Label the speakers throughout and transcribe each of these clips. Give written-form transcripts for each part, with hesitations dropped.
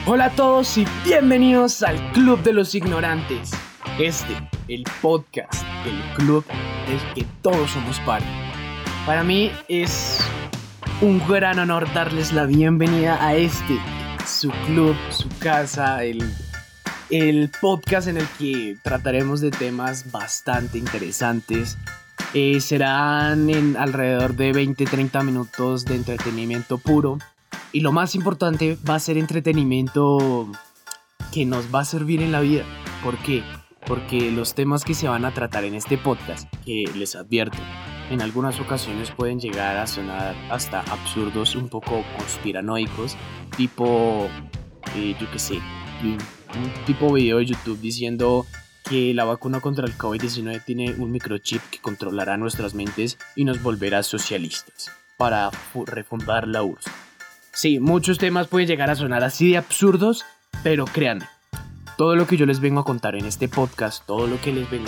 Speaker 1: Hola a todos y bienvenidos al Club de los Ignorantes. El podcast, el club del que todos somos parte. Para mí es un gran honor darles la bienvenida a su club, su casa, el podcast en el que trataremos de temas bastante interesantes. Serán en alrededor de 20-30 minutos de entretenimiento puro. Y lo más importante va a ser entretenimiento que nos va a servir en la vida. ¿Por qué? Porque los temas que se van a tratar en este podcast, que les advierto, en algunas ocasiones pueden llegar a sonar hasta absurdos, un poco conspiranoicos, tipo, un tipo video de YouTube diciendo que la vacuna contra el COVID-19 tiene un microchip que controlará nuestras mentes y nos volverá socialistas para refundar la URSS. Sí, muchos temas pueden llegar a sonar así de absurdos, pero créanme, todo lo que yo les vengo a contar en este podcast, todo lo que les vengo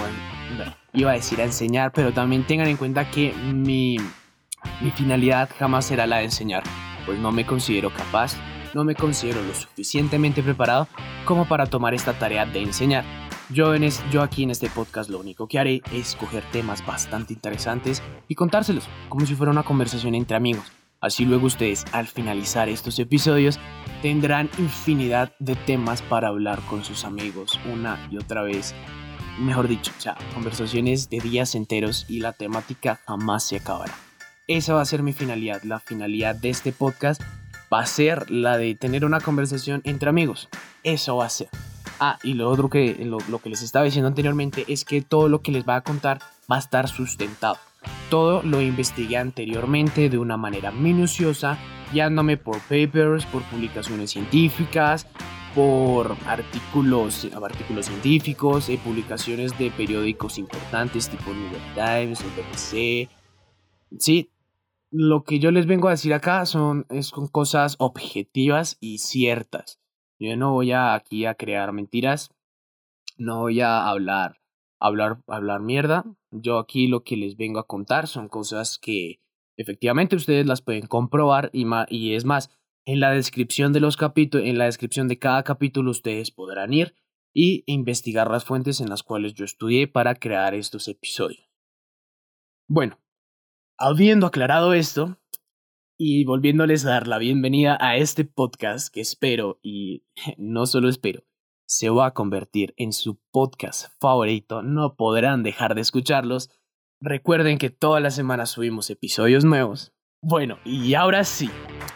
Speaker 1: a enseñar, pero también tengan en cuenta que mi finalidad jamás será la de enseñar, pues no me considero capaz, no me considero lo suficientemente preparado como para tomar esta tarea de enseñar. Yo aquí en este podcast lo único que haré es coger temas bastante interesantes y contárselos, como si fuera una conversación entre amigos. Así luego ustedes, al finalizar estos episodios, tendrán infinidad de temas para hablar con sus amigos una y otra vez. Mejor dicho, conversaciones de días enteros y la temática jamás se acabará. Esa va a ser mi finalidad. La finalidad de este podcast va a ser la de tener una conversación entre amigos. Eso va a ser. Y lo otro lo que les estaba diciendo anteriormente es que todo lo que les va a contar va a estar sustentado. Todo lo investigué anteriormente de una manera minuciosa, guiándome por papers, por publicaciones científicas, por artículos científicos, publicaciones de periódicos importantes tipo New York Times, el BBC. Sí, lo que yo les vengo a decir acá son cosas objetivas y ciertas. Yo no voy aquí a crear mentiras, no voy a hablar mierda. Yo aquí lo que les vengo a contar son cosas que efectivamente ustedes las pueden comprobar y es más, en la descripción de los capítulos, en la descripción de cada capítulo ustedes podrán ir y investigar las fuentes en las cuales yo estudié para crear estos episodios. Bueno, habiendo aclarado esto y volviéndoles a dar la bienvenida a este podcast que espero y no solo espero, se va a convertir en su podcast favorito, no podrán dejar de escucharlos. Recuerden que todas las semanas subimos episodios nuevos. Bueno, y ahora sí,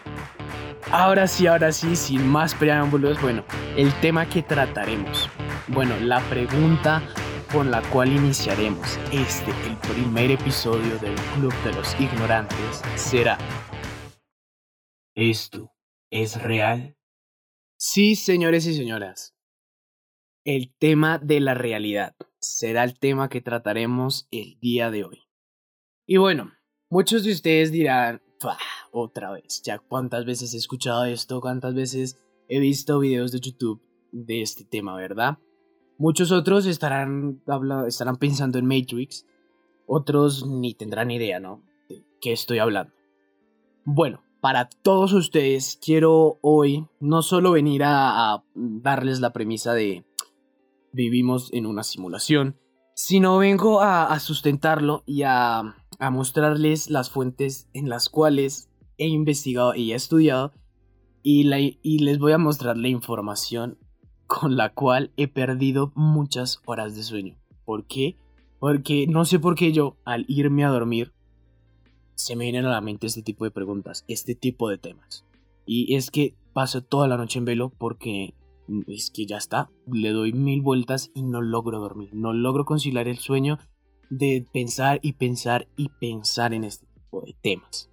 Speaker 1: sin más preámbulos, el tema que trataremos. La pregunta con la cual iniciaremos el primer episodio del Club de los Ignorantes será: ¿esto es real? Sí, señores y señoras. El tema de la realidad será el tema que trataremos el día de hoy. Y muchos de ustedes dirán, otra vez, ya cuántas veces he escuchado esto, cuántas veces he visto videos de YouTube de este tema, ¿verdad? Muchos otros estarán pensando en Matrix, otros ni tendrán idea, ¿no? De qué estoy hablando. Para todos ustedes quiero hoy no solo venir a darles la premisa de vivimos en una simulación, sino vengo a sustentarlo y a mostrarles las fuentes en las cuales he investigado y he estudiado y les voy a mostrar la información con la cual he perdido muchas horas de sueño. ¿Por qué? Porque no sé por qué yo, al irme a dormir, se me vienen a la mente este tipo de preguntas, este tipo de temas. Y es que paso toda la noche en velo porque es que ya está, le doy 1000 vueltas y no logro dormir, no logro conciliar el sueño de pensar y pensar y pensar en este tipo de temas.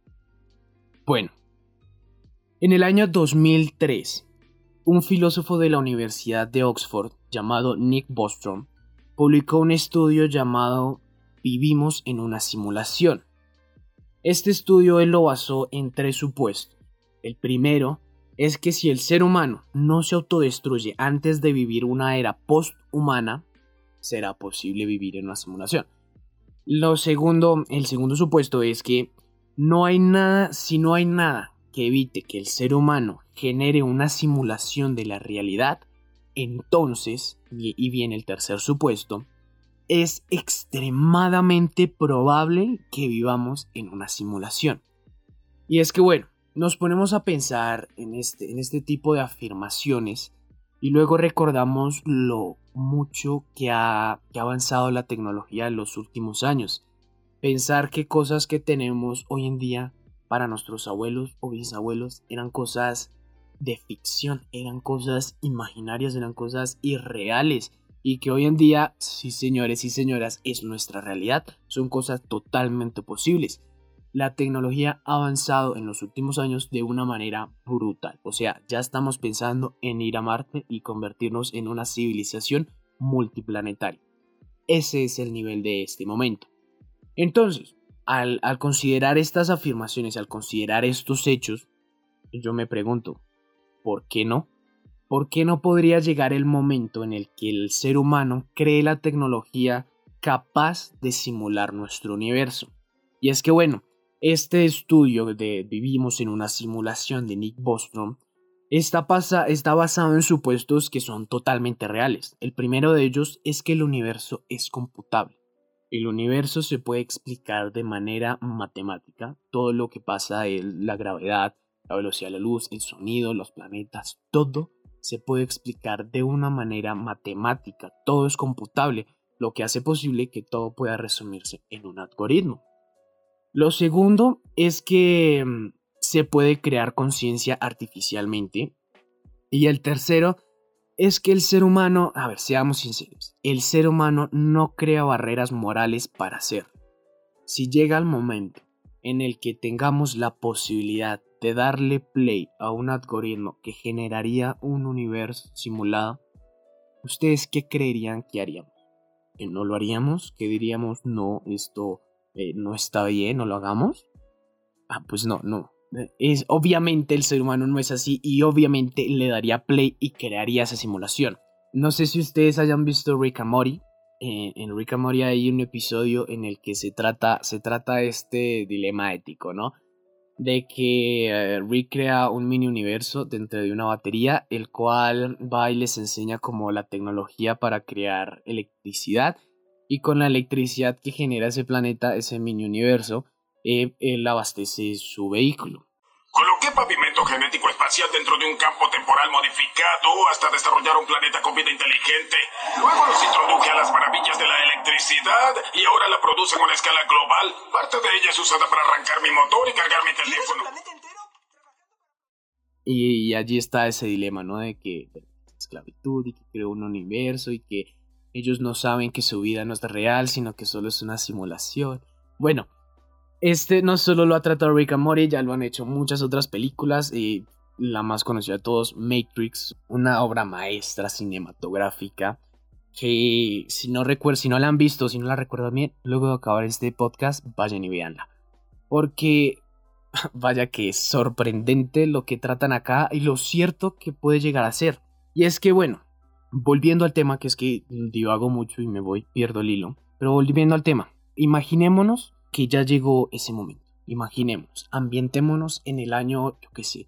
Speaker 1: En el año 2003, un filósofo de la Universidad de Oxford llamado Nick Bostrom publicó un estudio llamado Vivimos en una simulación. Este estudio él lo basó en 3 supuestos. El primero es que si el ser humano no se autodestruye antes de vivir una era posthumana, será posible vivir en una simulación. El segundo supuesto es que si no hay nada que evite que el ser humano genere una simulación de la realidad, entonces, y viene el tercer supuesto, es extremadamente probable que vivamos en una simulación. Y es que bueno, nos ponemos a pensar en este tipo de afirmaciones y luego recordamos lo mucho que ha avanzado la tecnología en los últimos años. Pensar que cosas que tenemos hoy en día para nuestros abuelos o bisabuelos eran cosas de ficción, eran cosas imaginarias, eran cosas irreales y que hoy en día, sí señores y señoras, es nuestra realidad, son cosas totalmente posibles. La tecnología ha avanzado en los últimos años de una manera brutal, o sea, ya estamos pensando en ir a Marte y convertirnos en una civilización multiplanetaria. Ese es el nivel de este momento. Entonces, al considerar estas afirmaciones, al considerar estos hechos, yo me pregunto, ¿por qué no? ¿Por qué no podría llegar el momento en el que el ser humano cree la tecnología capaz de simular nuestro universo? Y es que bueno, este estudio de Vivimos en una simulación de Nick Bostrom está basado en supuestos que son totalmente reales. El primero de ellos es que el universo es computable. El universo se puede explicar de manera matemática. Todo lo que pasa, la gravedad, la velocidad de la luz, el sonido, los planetas, todo se puede explicar de una manera matemática. Todo es computable, lo que hace posible que todo pueda resumirse en un algoritmo. Lo segundo es que se puede crear conciencia artificialmente. Y el tercero es que el ser humano, a ver, seamos sinceros, el ser humano no crea barreras morales para ser. Si llega el momento en el que tengamos la posibilidad de darle play a un algoritmo que generaría un universo simulado, ¿ustedes qué creerían que haríamos? ¿Que no lo haríamos? ¿Que diríamos, no, esto no está bien, no lo hagamos? Pues no. Obviamente el ser humano no es así y obviamente le daría play y crearía esa simulación. No sé si ustedes hayan visto Rick and Morty. En Rick and Morty hay un episodio en el que se trata este dilema ético, ¿no? De que Rick crea un mini universo dentro de una batería, el cual va y les enseña como la tecnología para crear electricidad, y con la electricidad que genera ese planeta, ese mini universo, él abastece su vehículo.
Speaker 2: Coloqué pavimento genético espacial dentro de un campo temporal modificado hasta desarrollar un planeta con vida inteligente. Luego los introduje a las maravillas de la electricidad y ahora la producen a una escala global. Parte de ella es usada para arrancar mi motor y cargar mi teléfono.
Speaker 1: Y allí está ese dilema, ¿no? De que esclavitud y que creó un universo y que ellos no saben que su vida no es real, sino que solo es una simulación. Bueno, no solo lo ha tratado Rick and Morty, ya lo han hecho muchas otras películas y la más conocida de todos, Matrix, una obra maestra cinematográfica que si no la han visto, si no la recuerdan bien, luego de acabar este podcast, vayan y veanla. Porque vaya que es sorprendente lo que tratan acá y lo cierto que puede llegar a ser. Y es que bueno, volviendo al tema, que es que divago mucho y pierdo el hilo, pero volviendo al tema, imaginémonos que ya llegó ese momento. Imaginemos, ambientémonos en el año,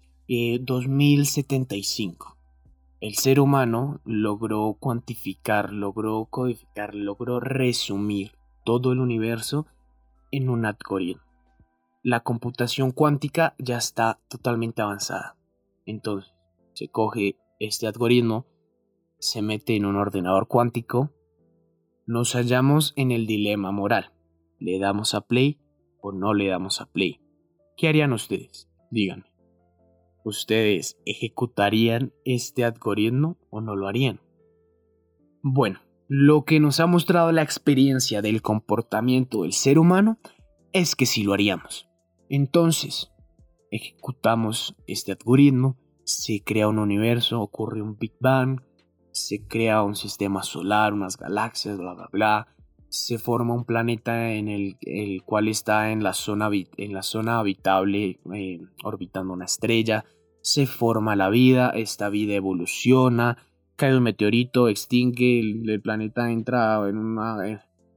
Speaker 1: 2075. El ser humano logró cuantificar, logró codificar, logró resumir todo el universo en un algoritmo. La computación cuántica ya está totalmente avanzada. Entonces, se coge este algoritmo, se mete en un ordenador cuántico, nos hallamos en el dilema moral. ¿Le damos a play o no le damos a play? ¿Qué harían ustedes? Díganme. ¿Ustedes ejecutarían este algoritmo o no lo harían? Bueno, lo que nos ha mostrado la experiencia del comportamiento del ser humano es que sí lo haríamos. Entonces, ejecutamos este algoritmo, se crea un universo, ocurre un Big Bang, se crea un sistema solar, unas galaxias, bla bla bla. Se forma un planeta en el cual está en la zona habitable, orbitando una estrella. Se forma la vida, esta vida evoluciona, cae un meteorito, extingue, el planeta entra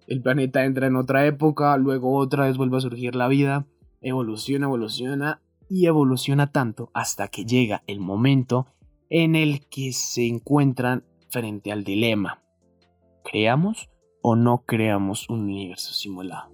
Speaker 1: en otra época, luego otra vez vuelve a surgir la vida, evoluciona, y evoluciona tanto hasta que llega el momento en el que se encuentran frente al dilema: ¿creamos o no creamos un universo simulado?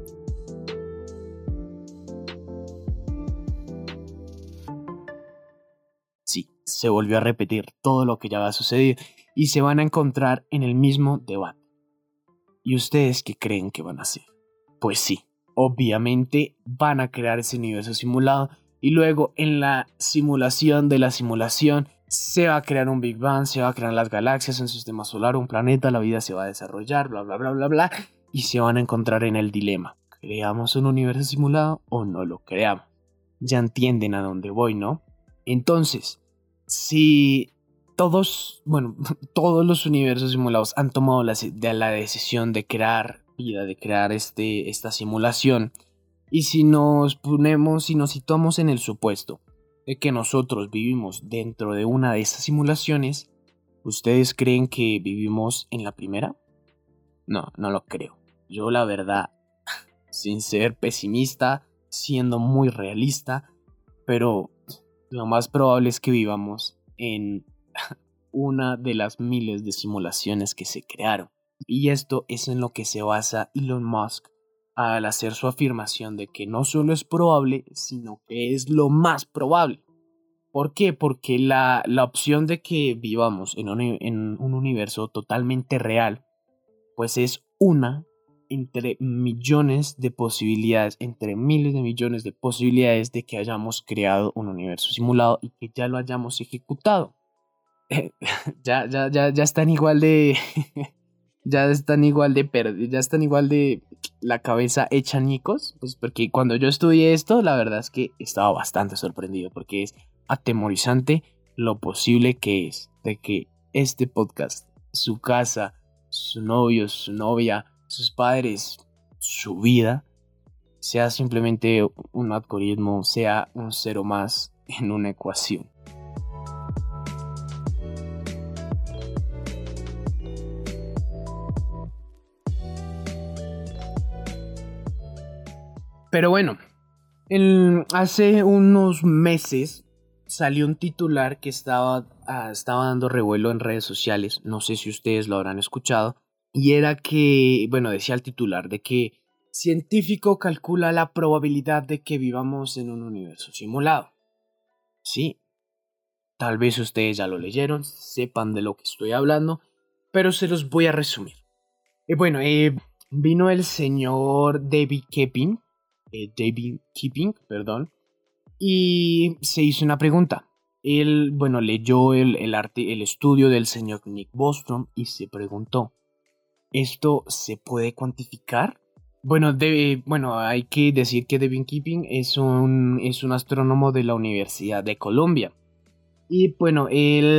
Speaker 1: Sí, se volvió a repetir todo lo que ya va a suceder y se van a encontrar en el mismo debate. ¿Y ustedes qué creen que van a hacer? Pues sí, obviamente van a crear ese universo simulado y luego en la simulación de la simulación se va a crear un Big Bang, se va a crear las galaxias, un sistema solar, un planeta, la vida se va a desarrollar, bla bla bla bla bla, y se van a encontrar en el dilema: ¿creamos un universo simulado o no lo creamos? Ya entienden a dónde voy, ¿no? Entonces, si todos los universos simulados han tomado la decisión de crear vida, de crear esta simulación, y si nos situamos en el supuesto de que nosotros vivimos dentro de una de estas simulaciones, ¿ustedes creen que vivimos en la primera? No, no lo creo. Yo, la verdad, sin ser pesimista, siendo muy realista, pero lo más probable es que vivamos en una de las miles de simulaciones que se crearon. Y esto es en lo que se basa Elon Musk al hacer su afirmación de que no solo es probable, sino que es lo más probable. ¿Por qué? Porque la opción de que vivamos en un universo totalmente real, pues es una entre millones de posibilidades, entre miles de millones de posibilidades de que hayamos creado un universo simulado y que ya lo hayamos ejecutado. Ya están igual de ya están igual de la cabeza hecha ñicos, pues porque cuando yo estudié esto, la verdad es que estaba bastante sorprendido, porque es atemorizante lo posible que es de que este podcast, su casa, su novio, su novia, sus padres, su vida, sea simplemente un algoritmo, sea un cero más en una ecuación. Pero bueno, hace unos meses salió un titular que estaba dando revuelo en redes sociales, no sé si ustedes lo habrán escuchado, y era que, bueno, decía el titular de que científico calcula la probabilidad de que vivamos en un universo simulado. Sí, tal vez ustedes ya lo leyeron, sepan de lo que estoy hablando, pero se los voy a resumir. Bueno, vino el señor David Keeping, perdón, y se hizo una pregunta. Él, bueno, leyó el estudio del señor Nick Bostrom y se preguntó: ¿esto se puede cuantificar? Bueno, hay que decir que David Keeping es un astrónomo de la Universidad de Columbia. Y bueno,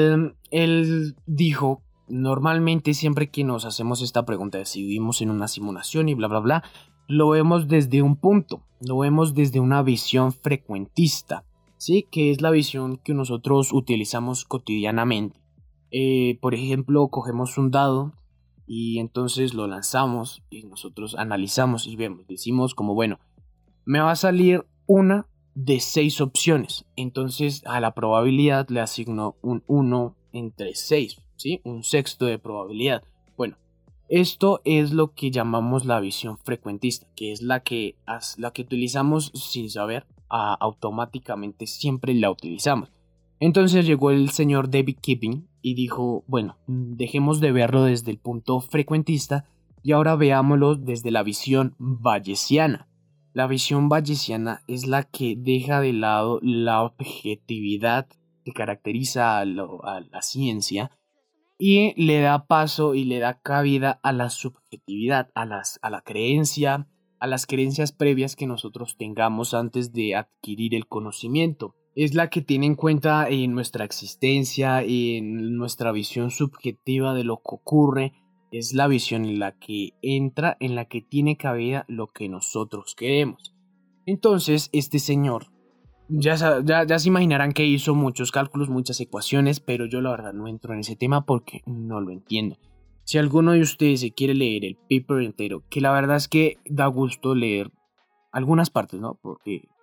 Speaker 1: él dijo: normalmente siempre que nos hacemos esta pregunta de si vivimos en una simulación y bla bla bla, lo vemos desde un punto, lo vemos desde una visión frecuentista, ¿sí? Que es la visión que nosotros utilizamos cotidianamente. Por ejemplo, cogemos un dado y entonces lo lanzamos y nosotros analizamos y vemos, decimos como, bueno, me va a salir una de 6 opciones, entonces a la probabilidad le asigno un 1 entre 6, ¿sí? Un sexto de probabilidad. Bueno, esto es lo que llamamos la visión frecuentista, que es la que utilizamos sin saber, automáticamente siempre la utilizamos. Entonces llegó el señor David Keeping y dijo: bueno, dejemos de verlo desde el punto frecuentista y ahora veámoslo desde la visión bayesiana. La visión bayesiana es la que deja de lado la objetividad que caracteriza a la ciencia y le da paso y le da cabida a la subjetividad, a la creencia, a las creencias previas que nosotros tengamos antes de adquirir el conocimiento. Es la que tiene en cuenta en nuestra existencia, en nuestra visión subjetiva de lo que ocurre. Es la visión en la que entra, en la que tiene cabida lo que nosotros queremos. Entonces, este señor, ya se imaginarán que hizo muchos cálculos, muchas ecuaciones, pero yo la verdad no entro en ese tema porque no lo entiendo. Si alguno de ustedes se quiere leer el paper entero, que la verdad es que da gusto leer algunas partes, ¿no? Porque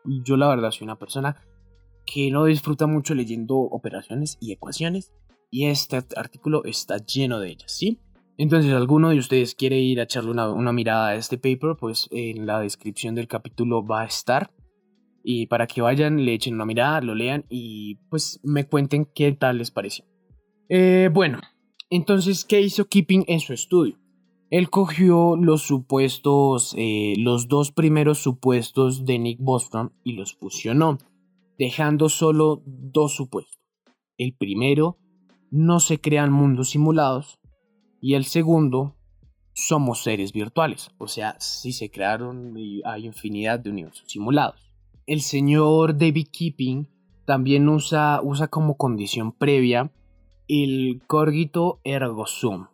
Speaker 1: yo la verdad soy una persona que no disfruta mucho leyendo operaciones y ecuaciones, y este artículo está lleno de ellas, ¿sí? Entonces, si alguno de ustedes quiere ir a echarle una mirada a este paper, pues en la descripción del capítulo va a estar. Y para que vayan, le echen una mirada, lo lean y pues me cuenten qué tal les pareció. Bueno, entonces, ¿qué hizo Keeping en su estudio? Él cogió los supuestos, los dos primeros supuestos de Nick Bostrom y los fusionó, dejando solo dos supuestos. El primero, no se crean mundos simulados, y el segundo, somos seres virtuales, o sea, sí se crearon y hay infinidad de universos simulados. El señor David Keeping también usa como condición previa el cogito ergo sum,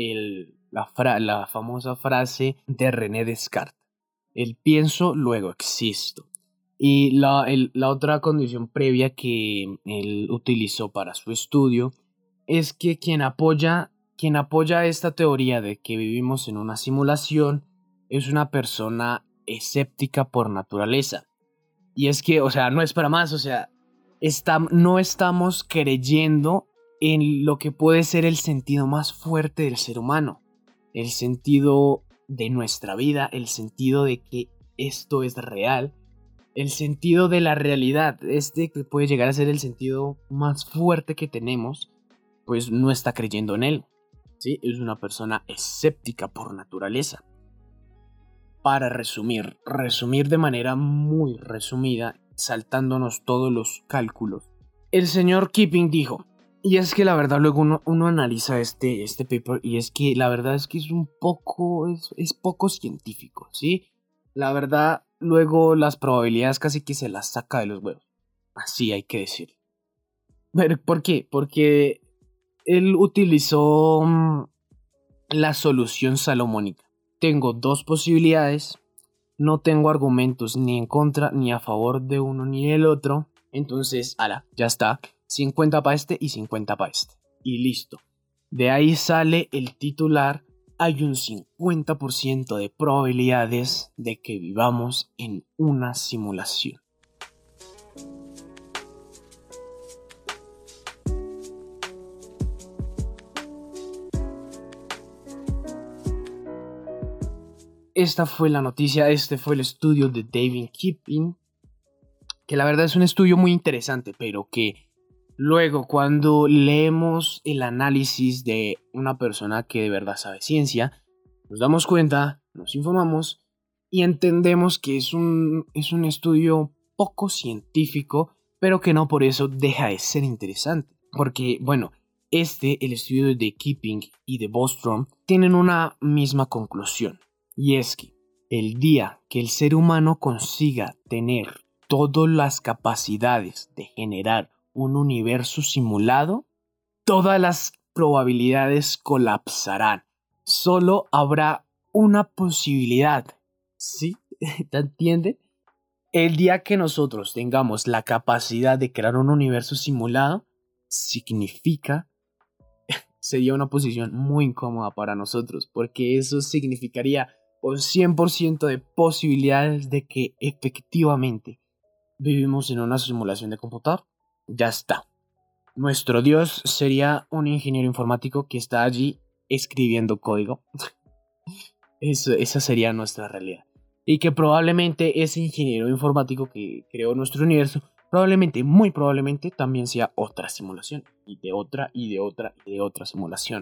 Speaker 1: la famosa frase de René Descartes, el pienso, luego existo. Y la otra condición previa que él utilizó para su estudio es que quien apoya esta teoría de que vivimos en una simulación es una persona escéptica por naturaleza. Y es que, o sea, no es para más, o sea, no estamos creyendo en lo que puede ser el sentido más fuerte del ser humano, el sentido de nuestra vida, el sentido de que esto es real, el sentido de la realidad, que puede llegar a ser el sentido más fuerte que tenemos, pues no está creyendo en él, ¿sí? Es una persona escéptica por naturaleza. Para resumir de manera muy resumida, saltándonos todos los cálculos, el señor Keeping dijo, y es que la verdad luego uno analiza este paper y es que la verdad es que es poco científico, ¿sí? La verdad, luego las probabilidades casi que se las saca de los huevos, así hay que decir. ¿Pero por qué? Porque él utilizó la solución salomónica. Tengo dos posibilidades, no tengo argumentos ni en contra ni a favor de uno ni del otro, entonces, ya está, 50 para este y 50 para este, y listo. De ahí sale el titular, hay un 50% de probabilidades de que vivamos en una simulación. Esta fue la noticia, este fue el estudio de David Keeping, que la verdad es un estudio muy interesante, pero que luego cuando leemos el análisis de una persona que de verdad sabe ciencia, nos damos cuenta, nos informamos y entendemos que es un estudio poco científico, pero que no por eso deja de ser interesante. Porque, bueno, el estudio de Keeping y de Bostrom tienen una misma conclusión. Y es que el día que el ser humano consiga tener todas las capacidades de generar un universo simulado, todas las probabilidades colapsarán. Solo habrá una posibilidad. ¿Sí? ¿Te entiendes? El día que nosotros tengamos la capacidad de crear un universo simulado, sería una posición muy incómoda para nosotros, porque eso significaría un 100% de posibilidades de que efectivamente vivimos en una simulación de computador. Ya está. Nuestro Dios sería un ingeniero informático que está allí escribiendo código. Esa sería nuestra realidad. Y que probablemente ese ingeniero informático que creó nuestro universo, muy probablemente también sea otra simulación. Y de otra, y de otra, y de otra simulación.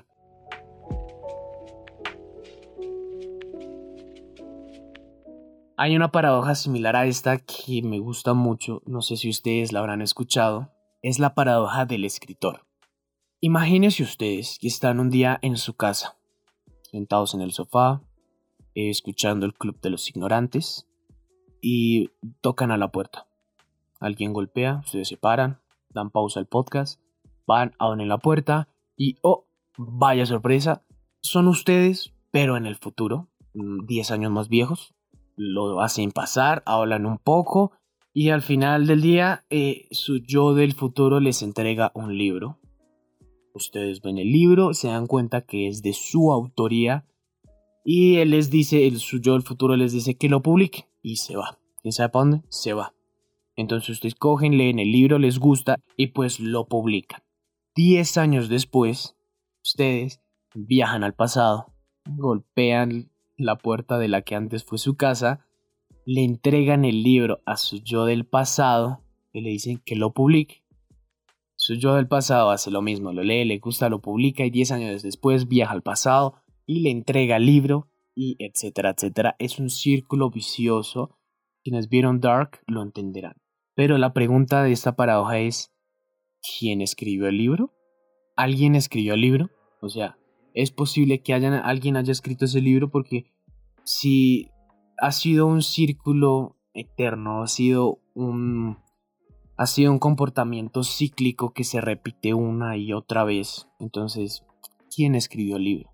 Speaker 1: Hay una paradoja similar a esta que me gusta mucho, no sé si ustedes la habrán escuchado, es la paradoja del escritor. Imagínense ustedes que están un día en su casa, sentados en el sofá, escuchando el Club de los Ignorantes, y tocan a la puerta. Alguien golpea, ustedes se paran, dan pausa al podcast, van, abren la puerta y ¡oh! Vaya sorpresa, son ustedes, pero en el futuro, 10 años más viejos. Lo hacen pasar, hablan un poco y al final del día su yo del futuro les entrega un libro. Ustedes ven el libro, se dan cuenta que es de su autoría y él les dice, su yo del futuro les dice que lo publique y se va. ¿Quién sabe para dónde? Se va. Entonces ustedes cogen, leen el libro, les gusta y pues lo publican. 10 años después, ustedes viajan al pasado, golpean la puerta de la que antes fue su casa, le entregan el libro a su yo del pasado y le dicen que lo publique. Su yo del pasado hace lo mismo, lo lee, le gusta, lo publica y 10 años después viaja al pasado y le entrega el libro y etcétera, etcétera. Es un círculo vicioso. Quienes vieron Dark lo entenderán. Pero la pregunta de esta paradoja es, ¿quién escribió el libro? ¿Alguien escribió el libro? O sea, es posible que alguien haya escrito ese libro, porque si ha sido un círculo eterno, ha sido un comportamiento cíclico que se repite una y otra vez. Entonces, ¿quién escribió el libro?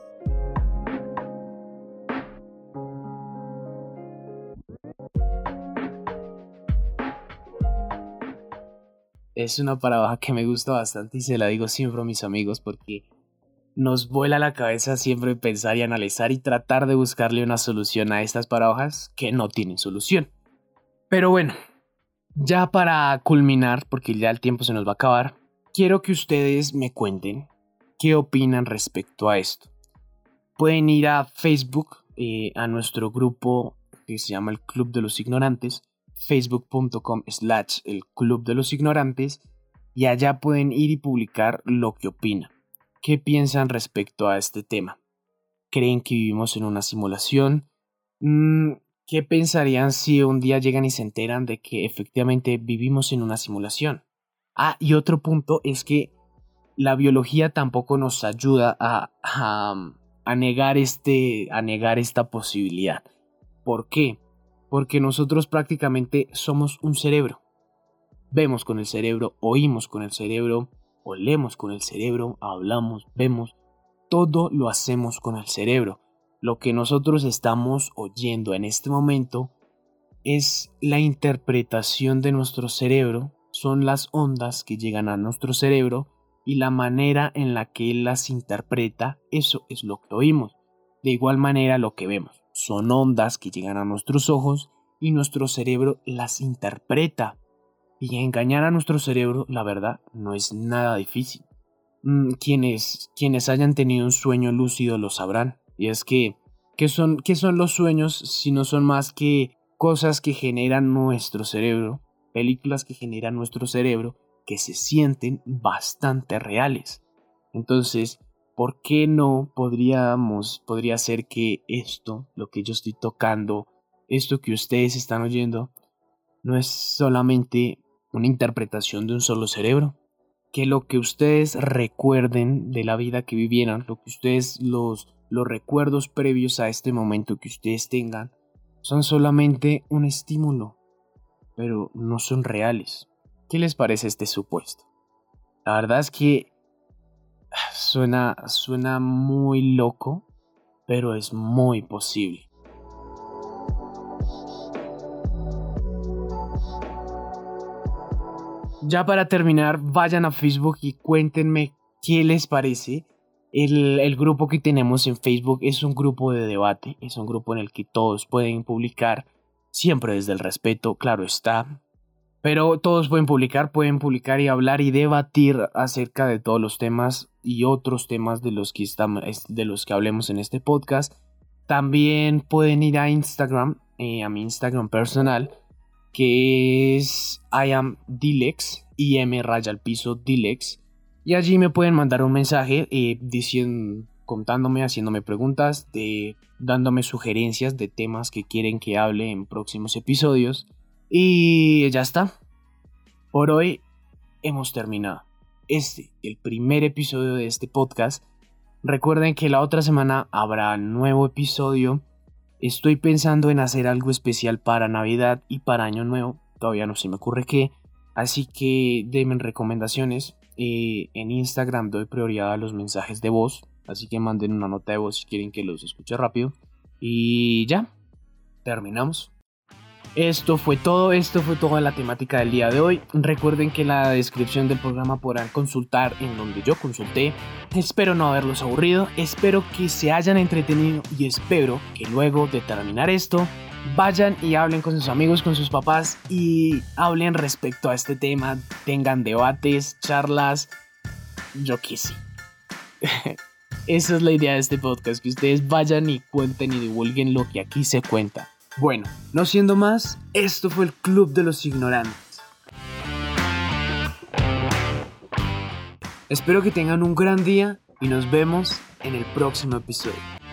Speaker 1: Es una paradoja que me gusta bastante y se la digo siempre a mis amigos, porque nos vuela la cabeza siempre pensar y analizar y tratar de buscarle una solución a estas paradojas que no tienen solución. Pero bueno, ya para culminar, porque ya el tiempo se nos va a acabar, quiero que ustedes me cuenten qué opinan respecto a esto. Pueden ir a Facebook, a nuestro grupo que se llama el Club de los Ignorantes, facebook.com/el Club de los Ignorantes, y allá pueden ir y publicar lo que opinan. ¿Qué piensan respecto a este tema? ¿Creen que vivimos en una simulación? ¿Qué pensarían si un día llegan y se enteran de que efectivamente vivimos en una simulación? Y otro punto es que la biología tampoco nos ayuda a negar esta posibilidad. ¿Por qué? Porque nosotros prácticamente somos un cerebro. Vemos con el cerebro, oímos con el cerebro, olemos con el cerebro, hablamos, vemos, todo lo hacemos con el cerebro. Lo que nosotros estamos oyendo en este momento es la interpretación de nuestro cerebro, son las ondas que llegan a nuestro cerebro y la manera en la que él las interpreta, eso es lo que oímos. De igual manera lo que vemos son ondas que llegan a nuestros ojos y nuestro cerebro las interpreta. Y engañar a nuestro cerebro, la verdad, no es nada difícil. Quienes hayan tenido un sueño lúcido lo sabrán. Y es que, ¿qué son los sueños si no son más que cosas que generan nuestro cerebro, películas que generan nuestro cerebro, que se sienten bastante reales? Entonces, ¿por qué no podría ser que esto, lo que yo estoy tocando, esto que ustedes están oyendo, no es solamente una interpretación de un solo cerebro? Que lo que ustedes recuerden de la vida que vivieran, lo que ustedes, los recuerdos previos a este momento que ustedes tengan, son solamente un estímulo, pero no son reales. ¿Qué les parece este supuesto? La verdad es que suena muy loco, pero es muy posible. Ya para terminar, vayan a Facebook y cuéntenme qué les parece. El grupo que tenemos en Facebook es un grupo de debate, es un grupo en el que todos pueden publicar, siempre desde el respeto, claro está. Pero todos pueden publicar y hablar y debatir acerca de todos los temas y otros temas de los que hablemos en este podcast. También pueden ir a Instagram, a mi Instagram personal, que es IamDilex, IM_Dilex, y allí me pueden mandar un mensaje contándome, haciéndome preguntas, dándome sugerencias de temas que quieren que hable en próximos episodios. Y ya está. Por hoy hemos terminado el primer episodio de este podcast. Recuerden que la otra semana habrá nuevo episodio. Estoy pensando en hacer algo especial para Navidad y para Año Nuevo. Todavía no se me ocurre qué. Así que denme recomendaciones. En Instagram doy prioridad a los mensajes de voz. Así que manden una nota de voz si quieren que los escuche rápido. Y ya, terminamos. Esto fue toda la temática del día de hoy. Recuerden que en la descripción del programa podrán consultar en donde yo consulté. Espero no haberlos aburrido, espero que se hayan entretenido y espero que luego de terminar esto vayan y hablen con sus amigos, con sus papás y hablen respecto a este tema, tengan debates, charlas, yo qué sé. Esa es la idea de este podcast, que ustedes vayan y cuenten y divulguen lo que aquí se cuenta. Bueno, no siendo más, esto fue el Club de los Ignorantes. Espero que tengan un gran día y nos vemos en el próximo episodio.